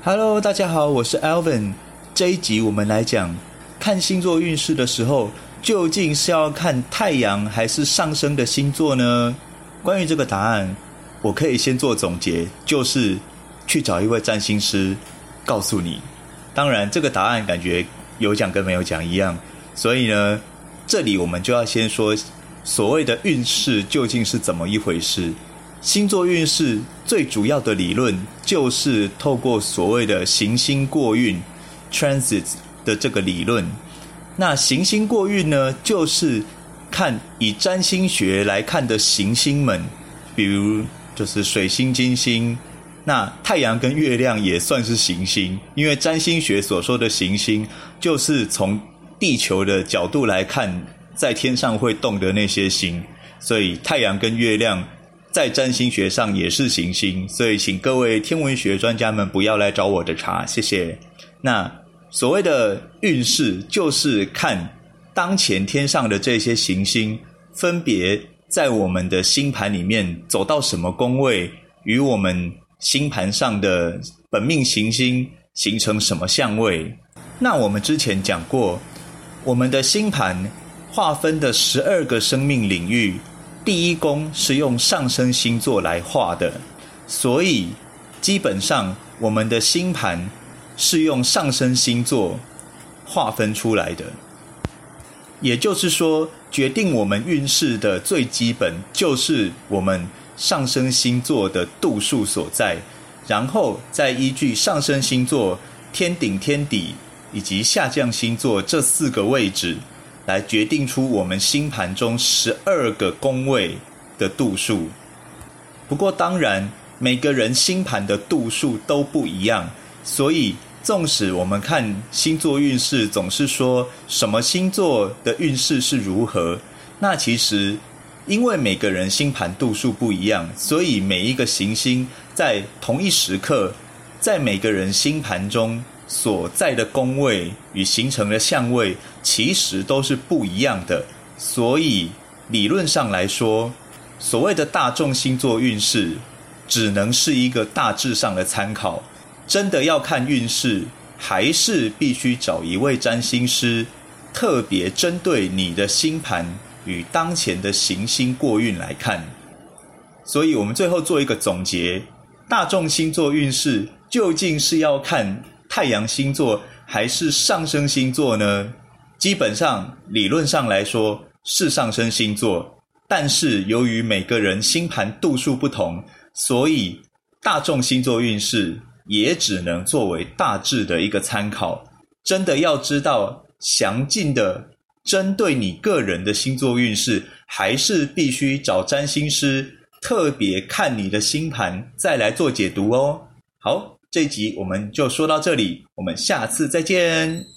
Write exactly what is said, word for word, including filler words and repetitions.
Hello， 大家好，我是 Alvin。这一集我们来讲看星座运势的时候，究竟是要看太阳还是上升的星座呢？关于这个答案，我可以先做总结，就是去找一位占星师告诉你。当然，这个答案感觉有讲跟没有讲一样，所以呢，这里我们就要先说所谓的运势究竟是怎么一回事。星座运势最主要的理论就是透过所谓的行星过运 transit 的这个理论。那行星过运呢，就是看以占星学来看的行星们，比如就是水星、金星，那太阳跟月亮也算是行星，因为占星学所说的行星就是从地球的角度来看在天上会动的那些星，所以太阳跟月亮在占星学上也是行星，所以请各位天文学专家们不要来找我的茬，谢谢。那所谓的运势就是看当前天上的这些行星分别在我们的星盘里面走到什么宫位，与我们星盘上的本命行星形成什么相位。那我们之前讲过，我们的星盘划分的十二个生命领域，第一宫是用上升星座来画的，所以基本上我们的星盘是用上升星座划分出来的。也就是说，决定我们运势的最基本就是我们上升星座的度数所在，然后再依据上升星座、天顶、天底以及下降星座这四个位置来决定出我们星盘中十二个宫位的度数。不过当然，每个人星盘的度数都不一样，所以纵使我们看星座运势总是说什么星座的运势是如何，那其实因为每个人星盘度数不一样，所以每一个行星在同一时刻在每个人星盘中所在的宫位与形成的相位其实都是不一样的，所以理论上来说，所谓的大众星座运势只能是一个大致上的参考，真的要看运势还是必须找一位占星师特别针对你的星盘与当前的行星过运来看。所以我们最后做一个总结，大众星座运势究竟是要看太阳星座还是上升星座呢？基本上理论上来说是上升星座，但是由于每个人星盘度数不同，所以大众星座运势也只能作为大致的一个参考。真的要知道详尽的针对你个人的星座运势，还是必须找占星师特别看你的星盘再来做解读哦。好，这一集我们就说到这里，我们下次再见。